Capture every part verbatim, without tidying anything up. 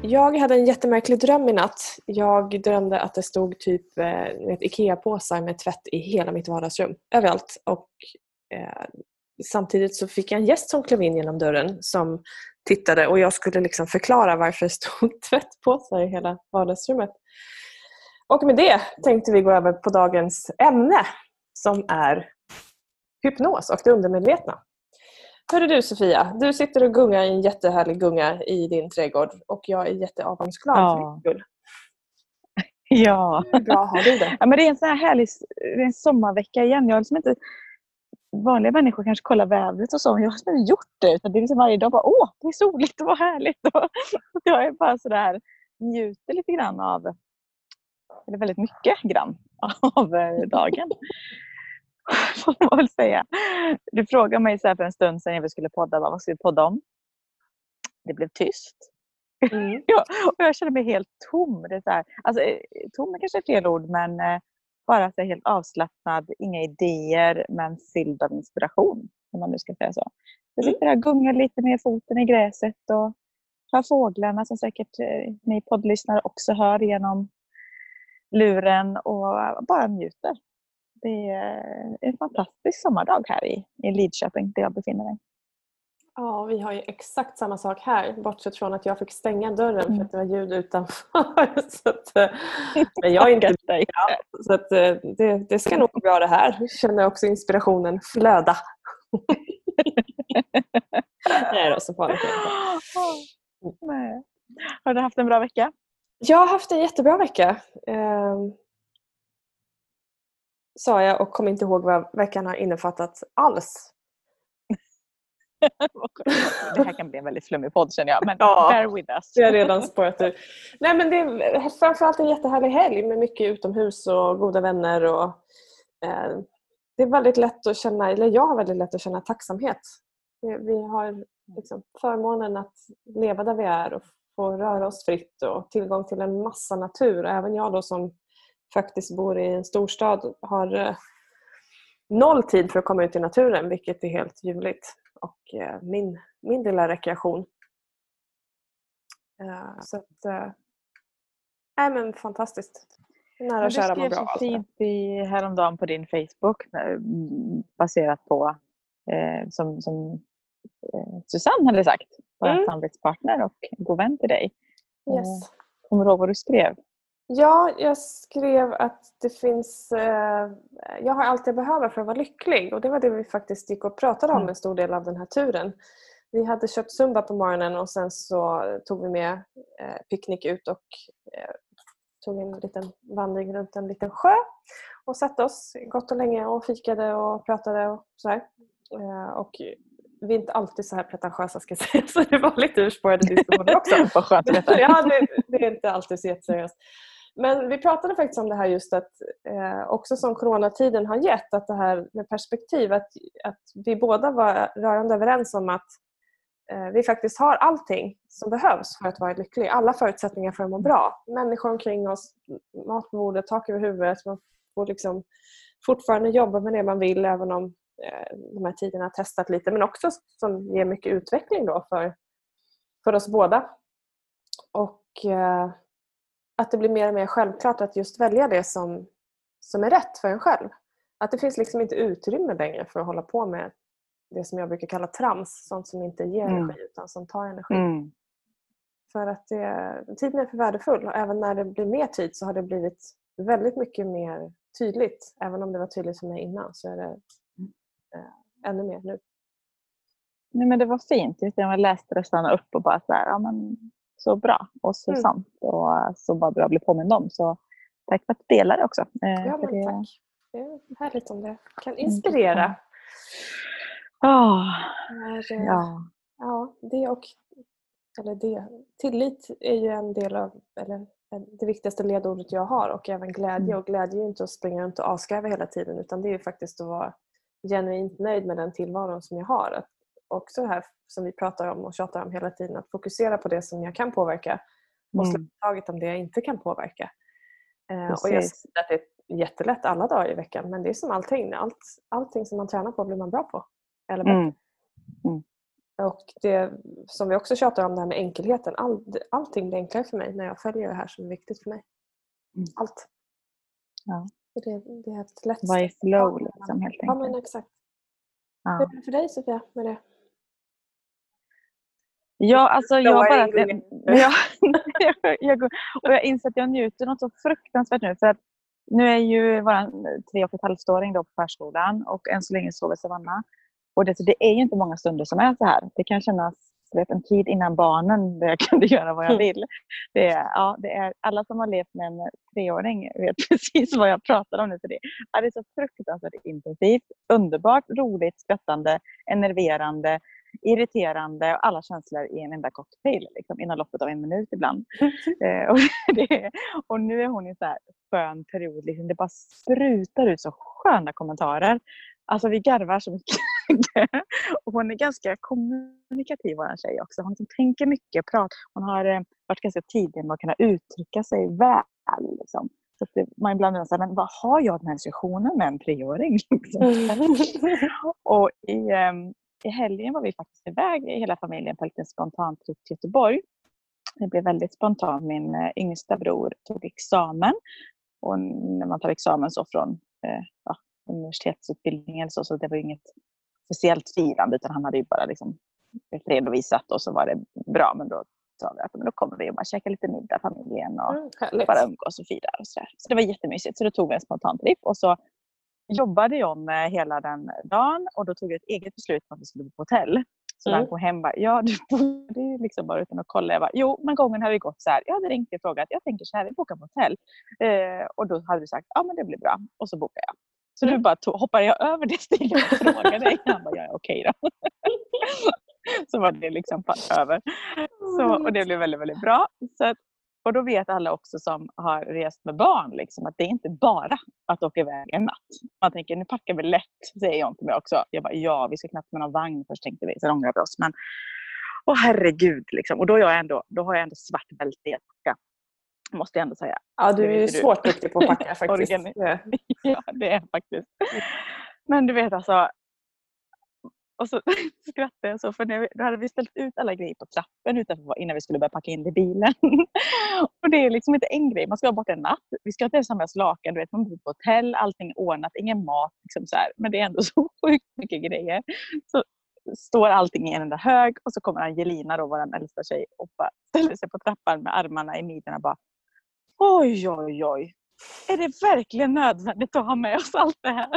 Jag hade en jättemärklig dröm i natt. Jag drömde att det stod typ eh, ett Ikea-påsar med tvätt i hela mitt vardagsrum. Överallt. Och eh, samtidigt så fick jag en gäst som klev in genom dörren som tittade. Och jag skulle liksom förklara varför det stod tvättpåsar i hela vardagsrummet. Och med det tänkte vi gå över på dagens ämne. Som är hypnos och det undermedvetna. Hörru du Sofia, du sitter och gungar i en jättehärlig gunga i din trädgård och jag är jätteavundsglad Ja. för din skull. Ja. Hur bra har du det? Ja, men det är en sån här härlig det är en sommarvecka igen. Jag har liksom inte, vanliga människor kanske kollar vädret och så, men jag har liksom inte gjort det. Utan det är liksom varje dag bara, åh, det är soligt och vad härligt. Och jag är bara sådär, njuter lite grann av, eller väldigt mycket grann av dagen. Får man väl säga. Du frågade mig så här för en stund sedan när vi skulle podda, vad ska vi podda om? Det blev tyst. Mm. Ja, och jag känner mig helt tom. Det är så här, alltså, tom är kanske fel ord, men eh, bara så här, helt avslappnad, inga idéer, men fylld av inspiration, om man nu ska säga så. Jag sitter här och gungar lite med foten i gräset och hör fåglarna som säkert eh, ni poddlyssnare också hör genom luren och bara njuter. Det är en fantastisk sommardag här i, i Lidköping där jag befinner mig. Ja, vi har ju exakt samma sak här. Bortsett från att jag fick stänga dörren Mm. för att det var ljud utanför. så att, men jag är inte dig. så att, det, det ska nog gå bra det här. Jag känner också inspirationen flöda. Nej då, så farligt. Nej. Har du haft en bra vecka? Jag har haft en jättebra vecka. Eh, sa jag och kom inte ihåg vad veckan har innefattat alls. Det här kan bli en väldigt flummig podd känner jag, men ja, bear with us. Jag har redan spårat ur. Nej, men det är framförallt en jättehärlig helg med mycket utomhus och goda vänner. Och, eh, det är väldigt lätt att känna, eller jag har väldigt lätt att känna tacksamhet. Vi, vi har liksom förmånen att leva där vi är och få röra oss fritt och tillgång till en massa natur. Även jag då som faktiskt bor i en storstad har eh, noll tid för att komma ut i naturen, vilket är helt ljuvligt. Och eh, min, min lilla rekreation. Uh, så att, uh, nej men fantastiskt. Nära och kära mår bra. Du skrev så fint i, häromdagen på din Facebook baserat på eh, som, som eh, Susanne hade sagt, vår mm. samarbetspartner och god vän till dig. Yes. Eh, kommer du ihåg vad du skrev? Ja, jag skrev att det finns eh, jag har allt jag behöver för att vara lycklig, och det var det vi faktiskt gick och pratade om mm. en stor del av den här turen. Vi hade köpt Zumba på morgonen och sen så tog vi med eh, picknick ut och eh, tog en liten vandring runt en liten sjö och satte oss gott och länge och fikade och pratade och sådär. Eh, och vi är inte alltid så här pretentiösa ska jag säga, så det var lite urspårade diskussioner också. Vad skönt att veta. Ja, det, det är inte alltid så jätteseriöst. Men vi pratade faktiskt om det här just att eh, också som coronatiden har gett, att det här med perspektiv, att, att vi båda var rörande överens om att eh, vi faktiskt har allting som behövs för att vara lycklig. Alla förutsättningar för att må bra. Människor omkring oss, mat på bordet, tak över huvudet. Man får liksom fortfarande jobba med det man vill, även om eh, de här tiderna har testat lite. Men också som ger mycket utveckling då för, för oss båda. Och eh, att det blir mer och mer självklart att just välja det som, som är rätt för en själv. Att det finns liksom inte utrymme längre för att hålla på med det som jag brukar kalla trams. Sånt som inte ger mm. energi utan som tar energi. Mm. För att det, tiden är för värdefull. Och även när det blir mer tid så har det blivit väldigt mycket mer tydligt. Även om det var tydligt för mig innan så är det eh, ännu mer nu. Nej, men det var fint. Jag läste det, stanna upp och bara så här, ja men så bra och så mm. sant och så bara bra att bli påmind om. Så tack för att du delar det också. Eh, ja, men det... tack. Det är härligt om det kan inspirera. Oh. Är, ja. Ja, det och eller det. Tillit är ju en del av, eller det viktigaste ledordet jag har, och även glädje. Mm. Och glädje är ju inte att springa runt och avskräva hela tiden, utan det är ju faktiskt att vara genuint nöjd med den tillvaron som jag har. Att också det här som vi pratar om och tjatar om hela tiden, att fokusera på det som jag kan påverka och släppa taget om det jag inte kan påverka. Eh, och jag säger att det är jättelätt alla dagar i veckan, men det är som allting. Allt, allting som man tränar på blir man bra på. Eller bättre. Mm. Mm. Och det som vi också tjatar om, det här med enkelheten. All, allting blir enklare för mig när jag följer det här som är viktigt för mig. Allt. Ja. Det, det är ett lätt Vad är flow liksom, helt enkelt. Ja, men exakt. Ja. Hur är det för dig, Sofia, med det? Ja, alltså jag bara... jag, jag, jag, jag, och jag inser att jag njuter något så fruktansvärt nu. För att nu är ju vår tre och ett halvt-åring då på förskolan. Och än så länge sover Savanna. Och det, det är ju inte många stunder som är så här. Det kan kännas vet, en tid innan barnen där jag kunde göra vad jag vill. Det är, ja, det är, alla som har levt med en treåring vet precis vad jag pratar om nu. För det. Ja, det är så fruktansvärt intensivt, underbart, roligt, skrattande, enerverande, irriterande och alla känslor i en enda cocktail liksom, innan loppet av en minut ibland. eh, och, det, och nu är hon i en så här skön period. Liksom, det bara sprutar ut så sköna kommentarer. Alltså vi garvar så mycket. Och hon är ganska kommunikativ, vår tjej också. Hon liksom tänker mycket, pratar. Hon har eh, varit ganska tidig med att kunna uttrycka sig väl. Liksom. Så att det, man ibland undrar, men vad har jag den här sessionen med en treåring? Och i, eh, i helgen var vi faktiskt iväg i hela familjen på en liten spontan trip till Göteborg. Det blev väldigt spontant. Min eh, yngsta bror tog examen. Och när man tar examen så från eh, ja, universitetsutbildningen så, så det var inget speciellt firande utan han hade ju bara liksom redovisat och så var det bra, men då sa vi att men då kommer vi och bara käka lite middag familjen och mm, bara umgås och fira och sådär. Så det var jättemysigt, så då tog vi en spontan trip och så jobbade jag med hela den dagen och då tog jag ett eget beslut om att vi skulle bo på hotell. Så mm. när han kom hem bara, ja du borde ju liksom bara utan att kolla. Jag bara, jo men gången har vi gått så här. Jag hade ringt och frågat, jag tänker så här, vi bokar på hotell. Eh, och då hade du sagt, ja men det blir bra. Och så bokar jag. Så mm. nu bara tog, hoppade jag över det steget och frågade dig. Han bara, ja okej då. Så var det liksom över. Så, och det blev väldigt, väldigt bra. Så att, och då vet alla också som har rest med barn liksom, att det är inte bara att åka iväg en natt. Man tänker, nu packar vi lätt, säger jag till mig också. Jag bara, ja, vi ska knappt med någon vagn först tänkte vi, så ångrar vi oss. Men, åh herregud liksom. Och då, är jag ändå, då har jag ändå svart bälte i att packa. Måste jag ändå säga. Ja, du är ju svårt duktig på att packa faktiskt. Ja, det är faktiskt. Men du vet alltså. Och så skrattade jag så, för när vi, då hade vi ställt ut alla grejer på trappen utanför innan vi skulle börja packa in i bilen. Och det är liksom inte en grej, man ska vara borta en natt. Vi ska inte ens ha med oss lakan, du vet, man bor på hotell, allting ordnat, ingen mat. Liksom så här. Men det är ändå så sjukt mycket grejer. Så står allting i en enda hög och så kommer Angelina då, vår äldsta tjej, och bara ställer sig på trappan med armarna i midjan och bara oj, oj, oj. Är det verkligen nödvändigt att ha med oss allt det här?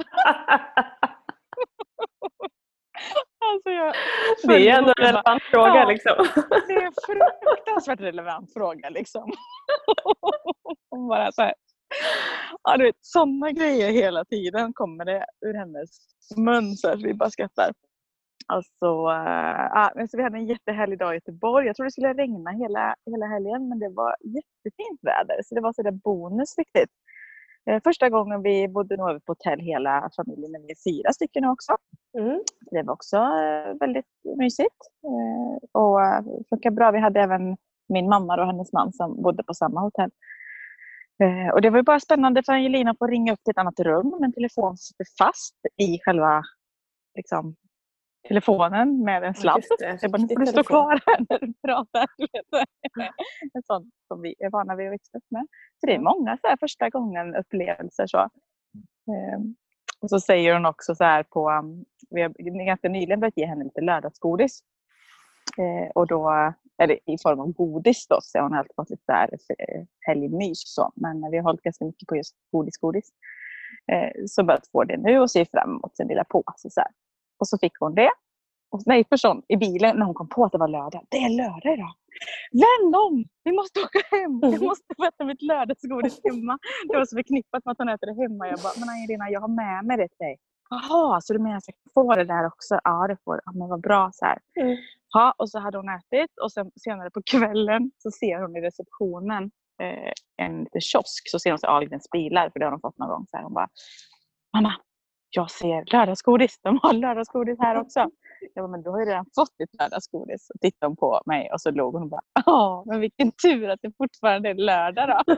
Alltså jag, det är ju ändå en relevant bara, fråga ja, liksom. Det är en fruktansvärt relevant fråga liksom. Bara så här. Ja, du vet, sådana grejer hela tiden kommer det ur hennes mun så här, vi bara skrattar. Alltså, äh, men så vi hade en jättehärlig dag i Göteborg. Jag trodde det skulle regna hela, hela helgen, men det var jättefint väder. Så det var så där bonus riktigt. Eh, första gången vi bodde nog på hotell hela familjen, men vi är fyra stycken också. Mm. Det var också eh, väldigt mysigt. Eh, och eh, funkar bra. Vi hade även min mamma och hennes man som bodde på samma hotell. Eh, och det var ju bara spännande för Angelina att få ringa upp till ett annat rum. Men telefonen sitter fast i själva liksom, telefonen med en sladd. Ja, jag bara, nu får du stå kvar här när du pratar. En sån som vi är vana vid att växa upp med. Så det är många så här första gången upplevelser så. Um, och så säger hon också så här på, um, vi har ganska nyligen börjat ge henne lite lördagsgodis. Uh, och då är det i form av godis då, så hon har alltid fått lite där helgmys så. Men vi har hållit ganska mycket på just godis-godis. Uh, så börjat få det nu och ser fram emot sin lilla påse så här. Och så fick hon det. Och nej, person i bilen när hon kom på att det var lördag. Det är lördag idag. Vänd om! Vi måste åka hem. Jag måste få äta mitt lördagsgodis hemma. Det var så förknippat med att hon äter det hemma. Jag bara, men Angelina, jag har med mig det till dig. Jaha, så du menar att jag får det där också? Ja, det får. Ja, men vad bra så här. Mm. Ja, och så hade hon ätit. Och sen senare på kvällen så ser hon i receptionen eh, en liten kiosk. Så ser hon så Ahlgrens bilar, för det har de fått någon gång. Så här, hon bara, mamma, jag ser lördagsgodis. De har lördagsgodis här också. Jag bara, men du har ju redan fått ditt lördagsgodis. Och tittade hon på mig och så låg hon och bara, ja, men vilken tur att det fortfarande är lördag då.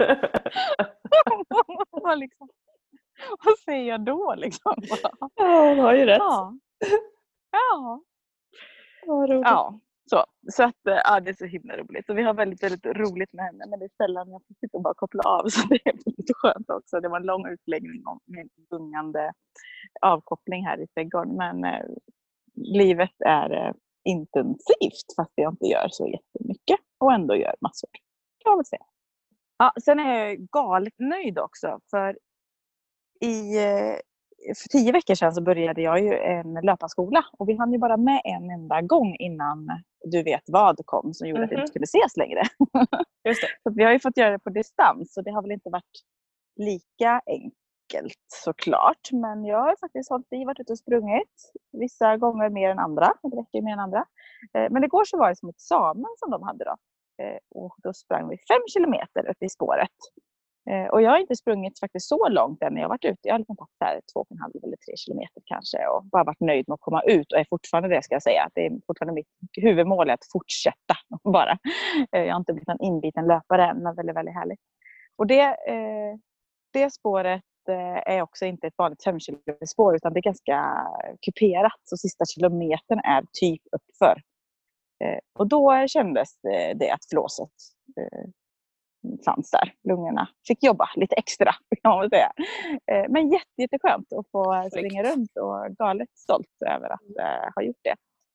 Och liksom, vad säger jag då liksom? Ja, hon har ju rätt. Ja. Ja. vad roligt. Ja, så. Så att, ja, det är så himla roligt. Och vi har väldigt, väldigt roligt med henne. Men det är sällan jag får sitta och bara koppla av. Så det är lite skönt också. Det var en lång utläggning om min gungande avkoppling här i trädgården. Men eh, livet är eh, intensivt fast jag inte gör så jättemycket. Och ändå gör massor. Kan man väl säga. Ja, sen är jag galet nöjd också. För i... Eh, för tio veckor sedan så började jag ju en löparskola. Och vi hann ju bara med en enda gång innan du vet vad kom som gjorde mm-hmm. att vi inte kunde ses längre. Just det. Så vi har ju fått göra det på distans. Och det har väl inte varit lika enkelt såklart. Men jag har faktiskt hållit i, varit ute och sprungit. Vissa gånger mer än andra. Det räcker mer än andra. Men igår så var det som ett examen som de hade då. Och då sprang vi fem kilometer upp i spåret. Och jag har inte sprungit faktiskt så långt än när jag har varit ute. Jag har liksom tagit här två och en halv eller tre kilometer kanske. Och bara varit nöjd med att komma ut. Och är fortfarande det ska jag säga. Det är fortfarande mitt huvudmål att fortsätta bara. Jag har inte blivit en inbiten löpare än. Men väldigt, väldigt härligt. Och det, det spåret är också inte ett vanligt fem kilometer spår. Utan det är ganska kuperat. Så sista kilometern är typ uppför. Och då kändes det att flåset fanns där. Lungorna fick jobba lite extra kan man säga. Men jätte, jätteskönt att få springa runt och galet stolt över att uh, ha gjort det.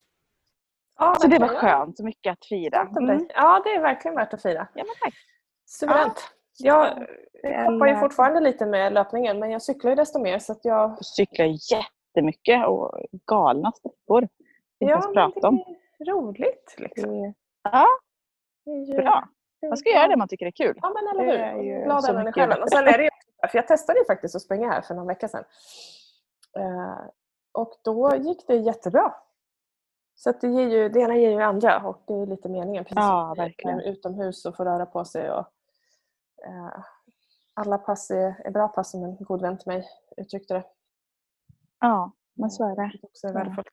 Ja, så det var skönt, så mycket att fira. Mm. Ja, det är verkligen värt att fira. Ja, men tack. Suveränt. Ja. Jag hoppar ju fortfarande lite med löpningen, men jag cyklar ju desto mer så att jag... jag cyklar jättemycket och galna sträckor. Ja, men det är roligt liksom. Ja, bra. Man ska göra det man tycker är kul. Ja, men eller hur. Glad över mig själv. Och sen är det ju, för jag testade ju faktiskt att springa här för någon vecka sedan. Uh, och då gick det jättebra. Så att det, ger ju, det ena ger ju andra. Och det är lite meningen. Precis ja, verkligen. Utomhus och få röra på sig. Och, uh, alla pass är, är bra pass som en god vän till mig uttryckte det. Ja, men så är det. Det också är värdefullt.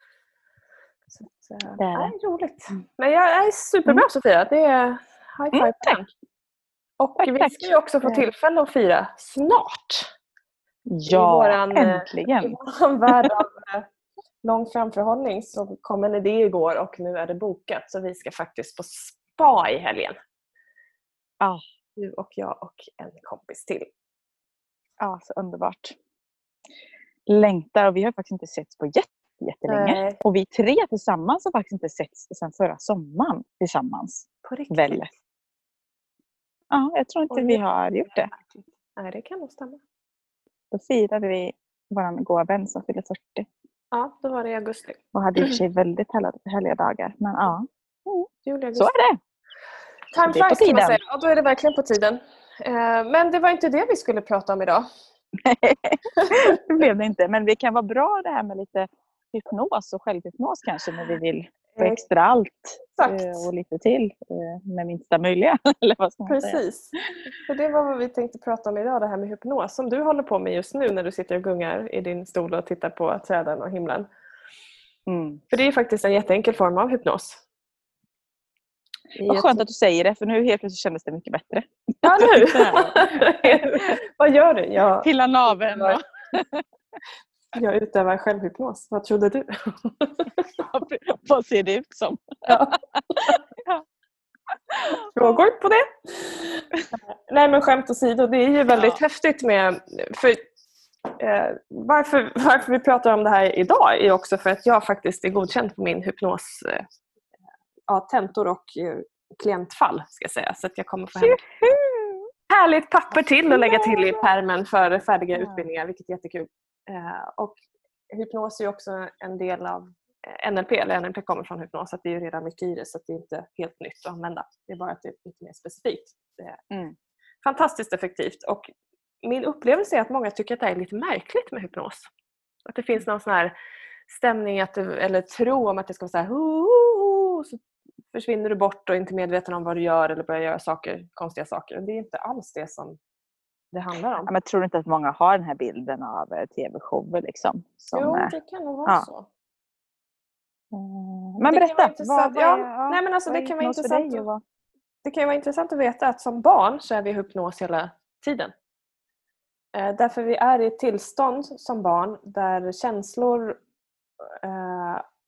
Så att, uh, det är det. Nej, roligt. Men jag är superbra mm. Sofia. Det är high five på den. Och tack, vi ska ju också få tillfälle att fira snart. Ja, våran, äntligen. I våran värld av lång framförhållning så kom en idé igår och nu är det bokat. Så vi ska faktiskt på spa i helgen. Ja. Du och jag och en kompis till. Ja, så underbart. Längtar, och vi har faktiskt inte setts på jätte, jättelänge. Nej. Och vi tre tillsammans har faktiskt inte setts sedan förra sommaren tillsammans. På riktigt? Väl. Ja, jag tror inte Oj, vi har gjort det. Nej, det kan nog stämma. Då firade vi vår goda vän som fyllde fyrtio. Ja, då var det i augusti. Och hade i och för sig väldigt härliga, härliga dagar. Men ja, mm. så är det. Time flies kan man säga. Ja, då är det verkligen på tiden. Men det var inte det vi skulle prata om idag. Det blev det inte. Men det kan vara bra det här med lite hypnos och självhypnos kanske när vi vill få extra allt. Exakt. Och lite till med minsta möjliga. Eller vad ska man Precis. säga? För det var vad vi tänkte prata om idag, det här med hypnos. Som du håller på med just nu när du sitter och gungar i din stol och tittar på träden och himlen. Mm. För det är faktiskt en jätteenkel form av hypnos. Vad skönt att du säger det, för nu helt plötsligt kändes det mycket bättre. Ja, nu! Vad gör du? Jag... Pilla naveln. Och... jag utövar självhypnos. Vad trodde du? Vad ser det ut som? Ja. Frågor på det? Nej, men skämt åsido, det är ju väldigt ja. häftigt med... För, eh, varför, varför vi pratar om det här idag är också för att jag faktiskt är godkänd på min hypnos... Eh, ja, tentor och uh, klientfall ska jag säga. Så att jag kommer få hem härligt papper till och lägga till i pärmen för färdiga ja. utbildningar, vilket är jättekul. Uh, och hypnos är också en del av uh, N L P, eller N L P kommer från hypnos, så att det är ju redan mycket i det, så att det är inte helt nytt att använda. Det är bara att det är lite mer specifikt. Det är mm. fantastiskt effektivt. Och min upplevelse är att många tycker att det är lite märkligt med hypnos. Att det finns någon sån här stämning att det, eller tro om att det ska vara så här så försvinner du bort och inte medveten om vad du gör eller börjar göra saker, konstiga saker. Det är inte alls det som det handlar om. Ja, men tror du inte att många har den här bilden av tv-shower liksom? Som, jo, det kan nog vara ja. så. Mm. Men berätta. Vad, ja, ja, nej, men alltså, det kan vara intressant. Att, det kan vara intressant att veta att som barn så är vi i hypnos hela tiden. Eh, därför vi är i ett tillstånd som barn där känslor eh,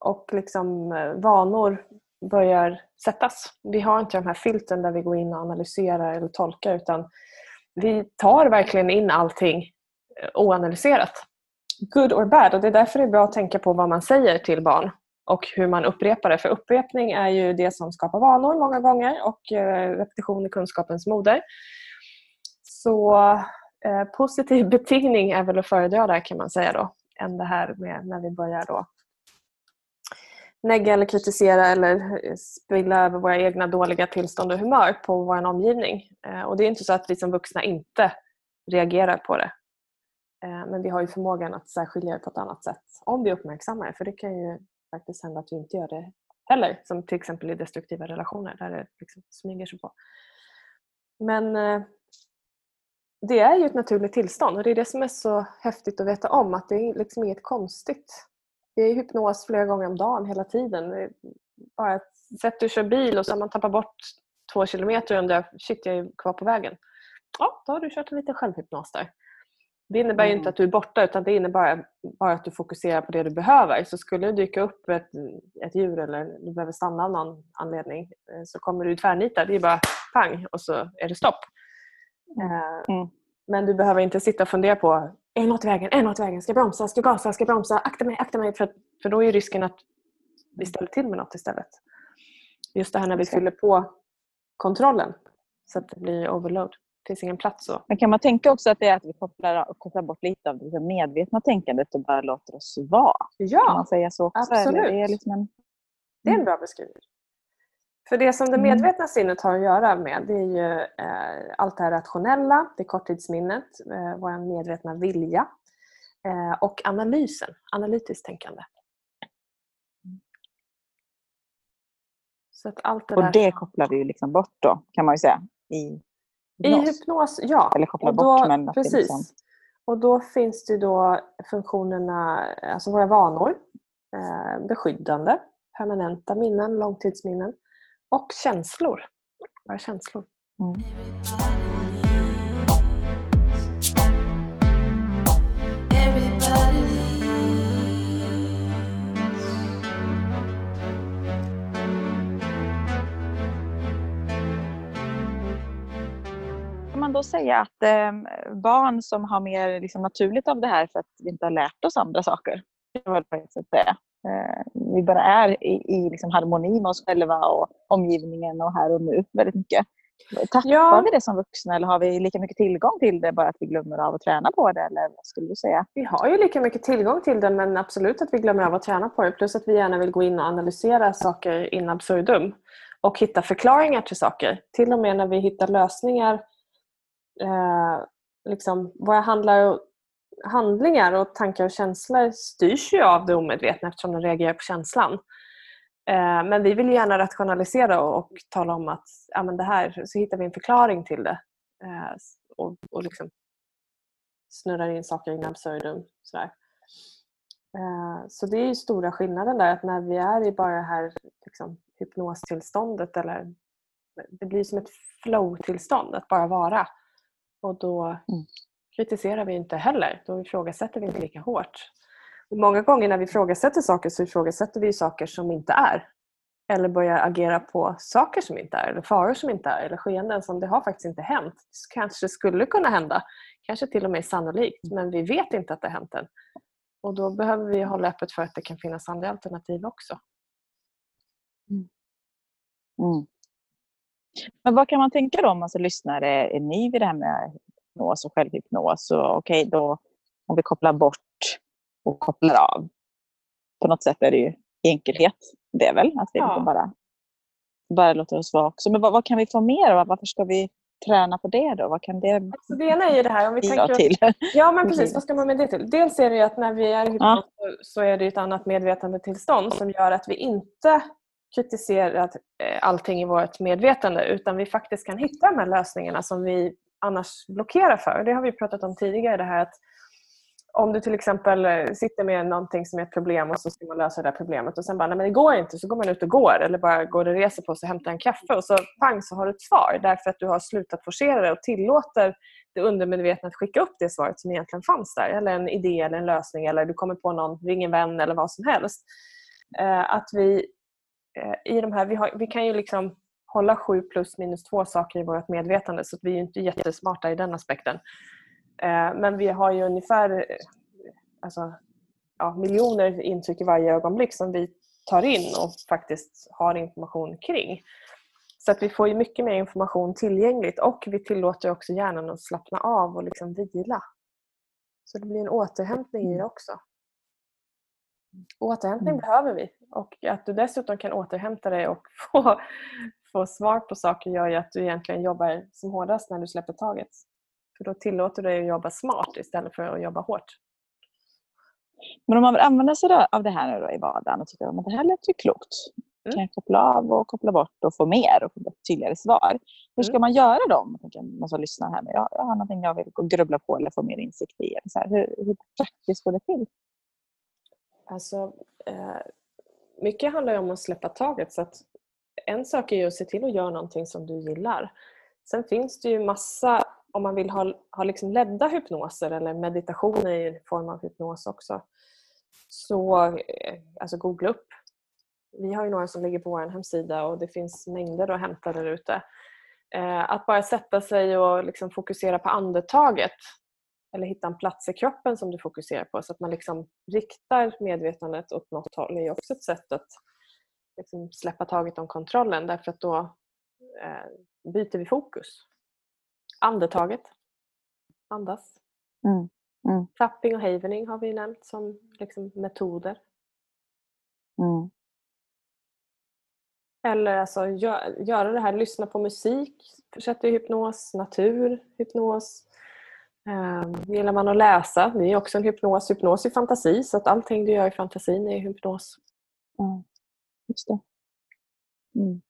och liksom vanor börjar sättas. Vi har inte de här filtren där vi går in och analyserar eller tolkar, utan vi tar verkligen in allting oanalyserat. Good or bad. Och det är därför det är bra att tänka på vad man säger till barn och hur man upprepar det. För upprepning är ju det som skapar vanor många gånger, och repetition är kunskapens moder. Så eh, positiv betingning är väl att föredra där, kan man säga då, än det här med när vi börjar då negga eller kritisera eller spilla över våra egna dåliga tillstånd och humör på vår omgivning. Eh, och det är inte så att vi som vuxna inte reagerar på det. Eh, men vi har ju förmågan att särskilja det på ett annat sätt om vi uppmärksammar det. För det kan ju faktiskt hända att vi inte gör det heller. Som till exempel i destruktiva relationer där det liksom smyger sig på. Men eh, det är ju ett naturligt tillstånd, och det är det som är så häftigt att veta om, att det är liksom inget konstigt. Vi är i hypnos flera gånger om dagen hela tiden. Det är bara ett sätt du kör bil och så har man tappat bort två kilometer och undrar, shit, jag är kvar på vägen. Ja, då har du kört en liten självhypnos där. Det innebär ju Mm. inte att du är borta, utan det innebär bara att du fokuserar på det du behöver. Så skulle det dyka upp ett, ett djur eller du behöver stanna av någon anledning, så kommer du tvärnita. Det är bara pang och så är det stopp. Mm. Men du behöver inte sitta och fundera på, är något i vägen, är något i vägen, ska jag bromsa, ska jag gasa, ska jag bromsa, akta mig, akta mig. För, för då är risken att vi ställer till med något istället. Just det här när vi fyller på kontrollen så att det blir overload. Det finns ingen plats så. Men kan man tänka också att det är att vi kopplar, kopplar bort lite av det medvetna tänkandet och bara låter oss vara? Ja, kan man säga så också? absolut. Eller det, är liksom en... det är en bra beskrivning. För det som det medvetna sinnet har att göra med, det är ju eh, allt det här rationella, det är korttidsminnet, eh, vår medvetna vilja eh, och analysen, analytiskt tänkande. Så att allt det och där det som... kopplar vi ju liksom bort då, kan man ju säga, i hypnos. I hypnos, ja. Eller kopplar och då, bort, men att precis. det liksom... Och då finns det då funktionerna, alltså våra vanor, eh, beskyddande, permanenta minnen, långtidsminnen och känslor. Våra känslor. Mm. Kan man då säga att eh, barn som har mer liksom, naturligt av det här för att vi inte har lärt oss andra saker, det var det ett sätt att säga. Eh, vi bara är i, i liksom, harmoni med oss själva och omgivningen och här och nu väldigt mycket. Tappar Ja. vi det som vuxna, eller har vi lika mycket tillgång till det bara att vi glömmer av att träna på det, eller vad skulle du säga? Vi har ju lika mycket tillgång till det, men absolut att vi glömmer av att träna på det. Plus att vi gärna vill gå in och analysera saker in absurdum och hitta förklaringar till saker. Till och med när vi hittar lösningar, eh, liksom, våra handlar och, handlingar och tankar och känslor styrs ju av det omedvetna eftersom de reagerar på känslan. Eh, men vi vill gärna rationalisera och, och tala om att ja, men det här, så hittar vi en förklaring till det. Eh, och och liksom snurrar in saker in absurdum. Sådär. Eh, så det är ju stora skillnaden där, att när vi är i bara det här liksom, hypnostillståndet, eller det blir som ett flow-tillstånd att bara vara. Och då mm. kritiserar vi inte heller. Då ifrågasätter vi inte lika hårt. Och många gånger när vi ifrågasätter saker så ifrågasätter vi saker som inte är. Eller börjar agera på saker som inte är. Eller faror som inte är. Eller skeenden som det har faktiskt inte hänt. Kanske skulle kunna hända. Kanske till och med sannolikt. Men vi vet inte att det har hänt än. Och då behöver vi hålla öppet för att det kan finnas andra alternativ också. Mm. Mm. Men vad kan man tänka då om man som lyssnare är ny vid det här med hypnos och självhypnos? Så okej, okay, då om vi kopplar bort och kopplar av. På något sätt är det ju enkelhet. Det är väl att vi ja. bara, bara låter oss vara också. Men vad, vad kan vi få mer av? Varför ska vi träna på det då? Vad kan det alltså det ena är ju det här. Om vi tänker till? Ja, men precis. Vad ska man med det till? Dels är det ju att när vi är i hypnos ja. så är det ett annat medvetande tillstånd som gör att vi inte kritiserar allting i vårt medvetande, utan vi faktiskt kan hitta de här lösningarna som vi annars blockerar för. Det har vi pratat om tidigare, det här att om du till exempel sitter med någonting som är ett problem och så ska man lösa det här problemet och sen bara, nej men det går inte, så går man ut och går eller bara går och reser på sig och hämtar en kaffe och så pang så har du ett svar därför att du har slutat forcera det och tillåter det undermedvetna att skicka upp det svaret som egentligen fanns där, eller en idé eller en lösning, eller du kommer på någon, ring en vän eller vad som helst. Eh, att vi eh, i de här, vi, har, vi kan ju liksom hålla sju plus minus två saker i vårt medvetande, så att vi är ju inte jättesmarta i den aspekten. Eh, men vi har ju ungefär eh, alltså, ja, miljoner intryck i varje ögonblick som vi tar in och faktiskt har information kring. Så att vi får ju mycket mer information tillgängligt, och vi tillåter också hjärnan att slappna av och liksom vila. Så det blir en återhämtning i det också. Återhämtning mm. behöver vi. Och att du dessutom kan återhämta dig och få, få svar på saker gör ju att du egentligen jobbar som hårdast när du släpper taget. För då tillåter du dig att jobba smart istället för att jobba hårt. Men om man vill använda sig av det här nu då i vardagen och tycker att det här lät ju klokt. Mm. Kan jag koppla av och koppla bort och få mer och få ett tydligare svar. Hur ska mm. man göra då? Man ska lyssna här med. Jag, jag har någonting jag vill grubbla på eller få mer insikt i. Så här, hur, hur praktiskt går det till? Alltså, eh, mycket handlar ju om att släppa taget. Så att en sak är ju att se till att göra någonting som du gillar. Sen finns det ju massa, om man vill ha, ha liksom ledda hypnoser eller meditationer i form av hypnos också. Så eh, alltså googla upp. Vi har ju några som ligger på vår hemsida och det finns mängder att hämta där ute. Eh, att bara sätta sig och liksom fokusera på andetaget. Eller hitta en plats i kroppen som du fokuserar på. Så att man liksom riktar medvetandet åt något håll. Det är också ett sätt att liksom släppa taget om kontrollen. Därför att då eh, byter vi fokus. Andetaget. Andas. Mm. Mm. Tapping och havening har vi nämnt som liksom metoder. Mm. Eller alltså gör, göra det här, lyssna på musik, sätta i hypnos, natur, hypnos. Um, gillar man att läsa, det är också en hypnos, hypnos i fantasi, så att allting du gör i fantasin är hypnos. Mm. Just det. Mm.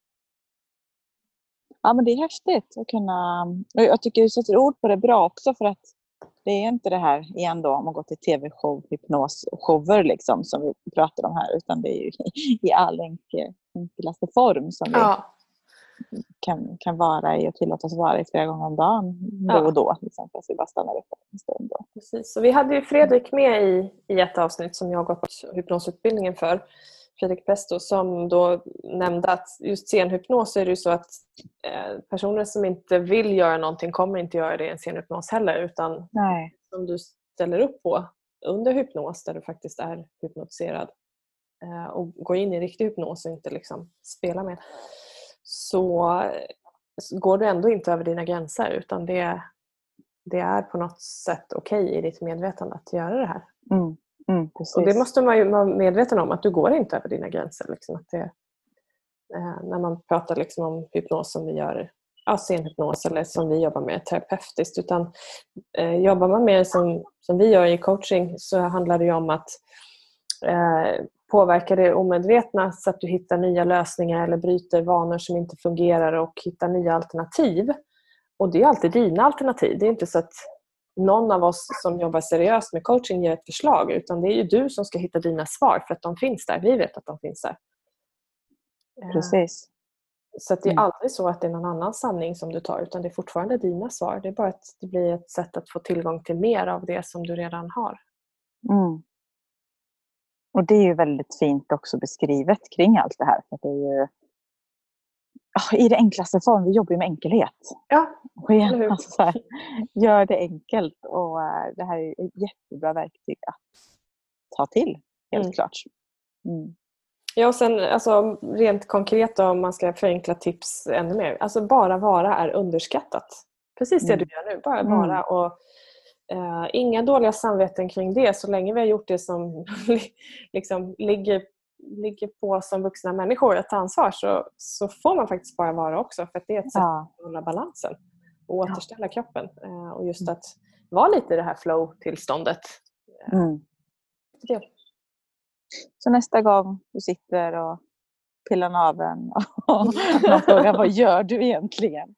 Ja, men det är häftigt att kunna, jag tycker du sätter ord på det bra också, för att det är inte det här igen då om man går till tv-show, hypnosshower liksom som vi pratar om här, utan det är ju i, i all enkel, enklaste form som vi ja. kan, kan vara i och tillåtas vara i flera gånger om dagen då ja. och då. Liksom, för att vi bara stannar upp en stund då. Precis, så vi hade ju Fredrik med i, i ett avsnitt som jag har gått hypnosutbildningen för. Fredrik Pesto, som då nämnde att just scenhypnos är det ju så att eh, personer som inte vill göra någonting kommer inte göra det i en scenhypnos heller, utan Nej. som du ställer upp på under hypnos där du faktiskt är hypnotiserad eh, och går in i riktig hypnos och inte liksom spelar med, så går du ändå inte över dina gränser, utan det, det är på något sätt okej okay i ditt medvetande att göra det här. Mm. Mm, och det måste man ju vara medveten om, att du går inte över dina gränser. Liksom, att det, eh, när man pratar liksom om hypnos som vi gör, ja, scenhypnos eller som vi jobbar med terapeutiskt, utan eh, jobbar man med som, som vi gör i coaching, så handlar det ju om att eh, påverka det omedvetna så att du hittar nya lösningar eller bryter vanor som inte fungerar och hittar nya alternativ. Och det är alltid dina alternativ. Det är inte så att någon av oss som jobbar seriöst med coaching ger ett förslag, utan det är ju du som ska hitta dina svar, för att de finns där. Vi vet att de finns där. Precis. Så att det är aldrig så att det är någon annan sanning som du tar, utan det är fortfarande dina svar. Det är bara att det blir ett sätt att få tillgång till mer av det som du redan har. Mm. Och det är ju väldigt fint också beskrivet kring allt det här. För det är ju i det enklaste form, vi jobbar med enkelhet. Ja, eller hur? Alltså så här, gör det enkelt, och det här är ett jättebra verktyg att ta till, helt mm. klart. Mm. Ja, och sen alltså, rent konkret då, om man ska förenkla tips ännu mer. Alltså bara vara är underskattat. Precis det mm. du gör nu, bara vara. Mm. Och eh, inga dåliga samveten kring det, så länge vi har gjort det som liksom ligger ligger på som vuxna människor att ta ansvar, så, så får man faktiskt bara vara också, för att det är ett sätt ja. att hålla balansen och återställa ja. kroppen eh, och just att vara lite i det här flow-tillståndet. Mm. Ja. Så nästa gång du sitter och pillar naveln och man frågar vad gör du egentligen?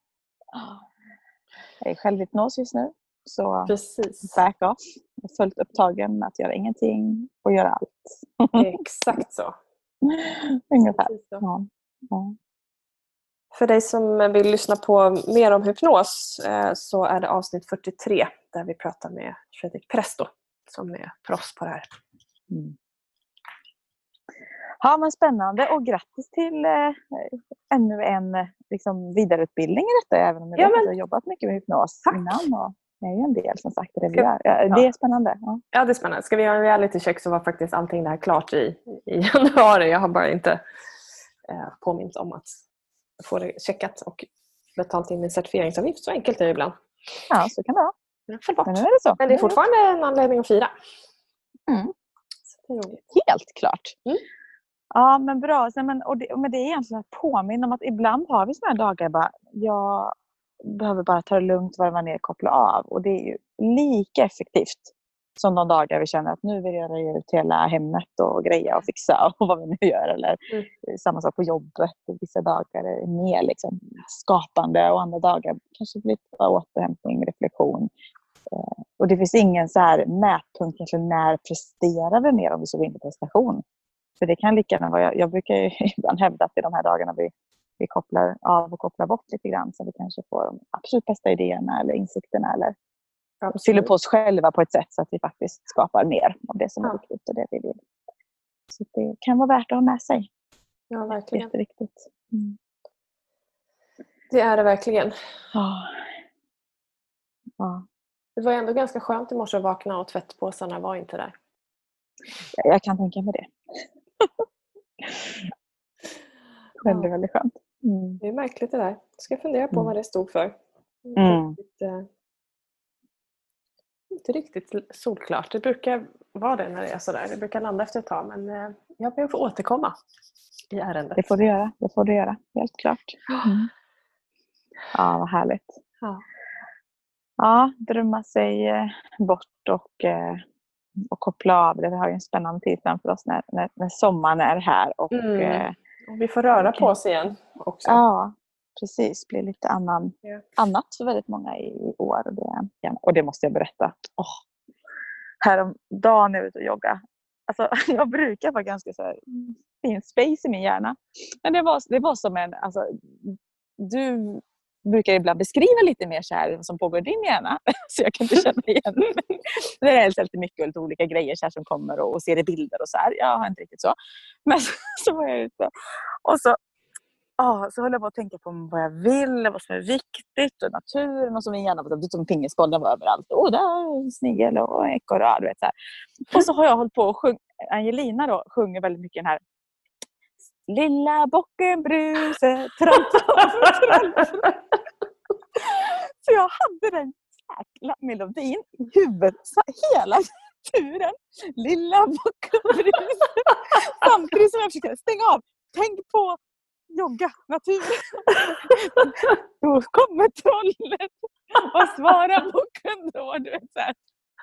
Jag är självhypnos just nu, så precis. Back off. Jag är fullt upptagen med att göra ingenting och göra allt. Exakt så. Ungefär. Ja. Ja. För dig som vill lyssna på mer om hypnos, så är det avsnitt fyrtiotre där vi pratar med Fredrik Pesto som är proffs på det här. Mm. Ja, men spännande och grattis till eh, ännu en eh, liksom, vidareutbildning i detta, även om jag Ja, vet men- att du har jobbat mycket med hypnos Tack. innan. Och det är ju en del som sagt i det vi Ska- gör. Ja, ja. det är spännande. Ja. Ja, det är spännande. Ska vi göra en reality check så var faktiskt allting det här klart i, i januari. Jag har bara inte eh, påmint om att få det checkat och betalt in min certifieringsavgift. Så enkelt är det ibland. Ja, så kan det vara. Jag föll bort. Men nu är det så. Men det är fortfarande en anledning att fira. Mm. Så det är roligt. Helt klart. Mm. Ja, men bra. Så, men, och det, men det är egentligen att påminna om att ibland har vi såna här dagar bara, jag behöver bara ta det lugnt, varva ner, koppla av. Och det är ju lika effektivt som de dagar vi känner att nu vill jag röja ut hela hemmet och greja och fixa och vad vi nu gör. Eller Mm. samma sak på jobbet. Vissa dagar är mer liksom skapande och andra dagar kanske lite återhämtning, reflektion. Eh, och det finns ingen så här mätpunkt egentligen när presterar vi mer om vi så går in på prestation. För det kan lika gärna vara, jag, jag brukar ju ibland hävda att det är de här dagarna vi, vi kopplar av och kopplar bort lite grann så vi kanske får de absolut bästa idéerna eller insikterna eller Absolut. fyller på oss själva på ett sätt så att vi faktiskt skapar mer av det som är Ja. viktigt och det vi vill. Så det kan vara värt att ha med sig. Ja, verkligen. Jätteviktigt. Mm. Det är det verkligen. Ja. Ja. Det var ändå ganska skönt i morse att vakna och tvättpåsarna var inte där. Jag kan tänka mig det. Väldigt, väldigt skönt. Mm. Det är märkligt det där. Jag ska fundera på Mm. vad det stod för. Inte, Mm. riktigt, eh, inte riktigt solklart. Det brukar vara det när det är sådär. Det brukar landa efter ett tag. Men eh, jag ber att få återkomma i ärendet. Det får du göra. Det får du göra. Helt klart. Mm. Ja, vad härligt. Ja. Ja, drömma sig eh, bort och, eh, och koppla av. Det har ju en spännande tid framför oss när, när, när sommaren är här. Och, Mm. eh, Och vi får röra Okej. på oss igen också. ja, precis. Blir lite annan, Ja. annat för väldigt många i år. Och det, och det måste jag berätta. Oh. Häromdagen när jag var ute och jogga. Alltså, jag brukar vara ganska så här fin space i min hjärna. Men det var, det var som en... Alltså, du brukar ibland beskriva lite mer så här som pågår i din hjärna. Så jag kan inte känna igen mig. Det är lite mycket och lite olika grejer så här som kommer och, och ser i bilder och så här. Jag har inte riktigt så. Men så, så var jag ute. Och så, ah, så höll jag på att tänka på vad jag vill, vad som är viktigt och naturen och så min hjärna var som pingisbollen var överallt. Och där är en snigel och ekorre, du vet så här. Och så har jag hållit på och sjung, Angelina då sjunger väldigt mycket den här lilla bocken bruse, tramp, tramp, tramp. Så jag hade den jäkla melodin i huvudet hela turen. Lilla bocken bruse. Samtidigt som jag försökte stänga av. Tänk på jogga, naturen. Då kommer trollet. Vad svarar bocken då? Du vet så här.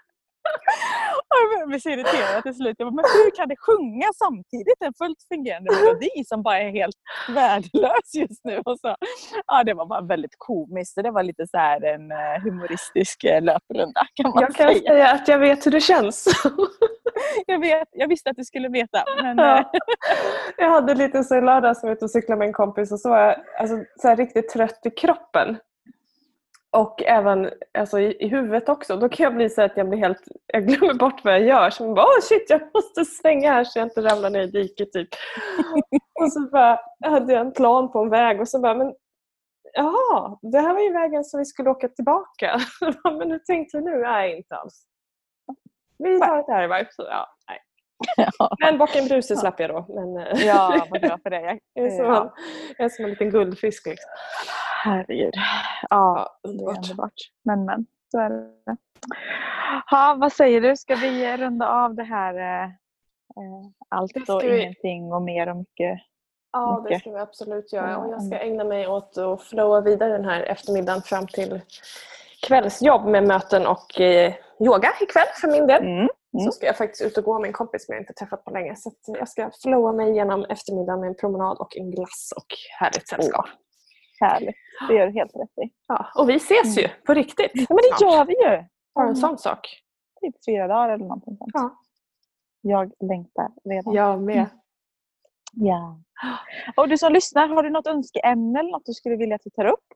Jag blir så irriterad till slut. Men hur kan det sjunga samtidigt en fullt fungerande melodi som bara är helt värdelös just nu? Och så, ja, det var bara väldigt komiskt. Det var lite så här en humoristisk löprunda kan man Jag kan säga. säga att jag vet hur det känns. Jag, vet, jag visste att du skulle veta. Men, Ja. Jag hade lite så i lördag som jag ute och cyklade med en kompis och så var jag alltså, så här riktigt trött i kroppen. Och även alltså, i, i huvudet också. Då kan jag bli så att jag blir helt, jag glömmer bort vad jag gör. Så man bara, åh shit, jag måste svänga här så jag inte ramlar ner i diket typ. Och så bara, jag hade en plan på en väg och så bara, men jaha, det här var ju vägen som vi skulle åka tillbaka. Men hur tänkte vi nu? Nej, inte alls. Vi tar det här i varv. Så ja, nej. Ja. Men bocken bruse slapp jag då. Men, Ja, vad bra för det. jag, är som ja. en, jag är som en liten guldfisk. Liksom. Herregud. Ja, Ja, det är underbart. underbart. Men, men, så är det. Ha, vad säger du? Ska vi runda av det här? Eh, allt Det ska och vi- ingenting och mer och mycket? Ja, det Mycket. ska vi absolut göra. Och jag Ja. ska ägna mig åt att flowa vidare den här eftermiddagen fram till kvällsjobb med möten och eh, yoga ikväll för min del. Mm. Mm. Så ska jag faktiskt ut och gå med en kompis som jag inte träffat på länge. Så att jag ska flowa mig igenom eftermiddagen med en promenad och en glass och härligt sällskap. Härligt. Det gör du helt rätt i. Ja, och vi ses ju på riktigt. Ja, men det snart. gör vi ju. Bara en sån sak. Typ fyra dagar eller någonting sånt. Ja, Jag längtar redan. jag med. Ja. Och du som lyssnar, har du något önskeämne eller något du skulle vilja att vi tar upp?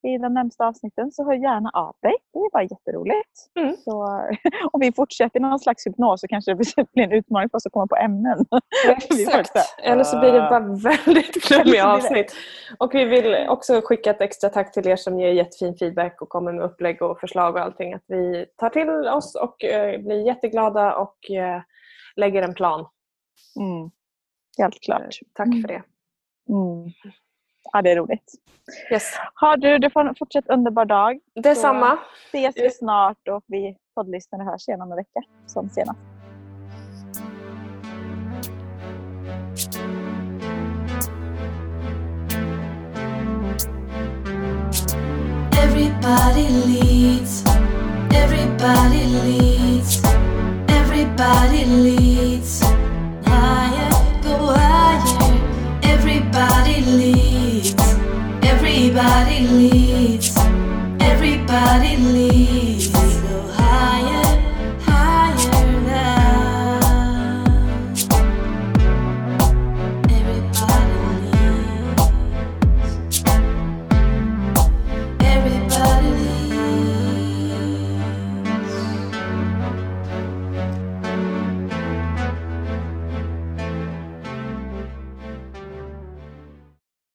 i de närmsta avsnitten så hör gärna av dig. Det är bara jätteroligt. Mm. Så, om vi fortsätter någon slags hypnos så kanske det blir en utmaning för oss att komma på ämnen. Exakt. Eller så blir det bara väldigt flummiga avsnitt. Och vi vill också skicka ett extra tack till er som ger jättefin feedback och kommer med upplägg och förslag och allting. Att vi tar till oss och eh, blir jätteglada och eh, lägger en plan. Mm. Helt klart. Tack för det. Mm. Ja, det är roligt. Yes. Har du, du får en fortsatt underbar dag. Detsamma. Så ses vi snart och vi poddlyssnare hörs igen om en vecka som senast. Everybody leads, everybody leads, everybody leads, higher, go higher, everybody leads, everybody leads.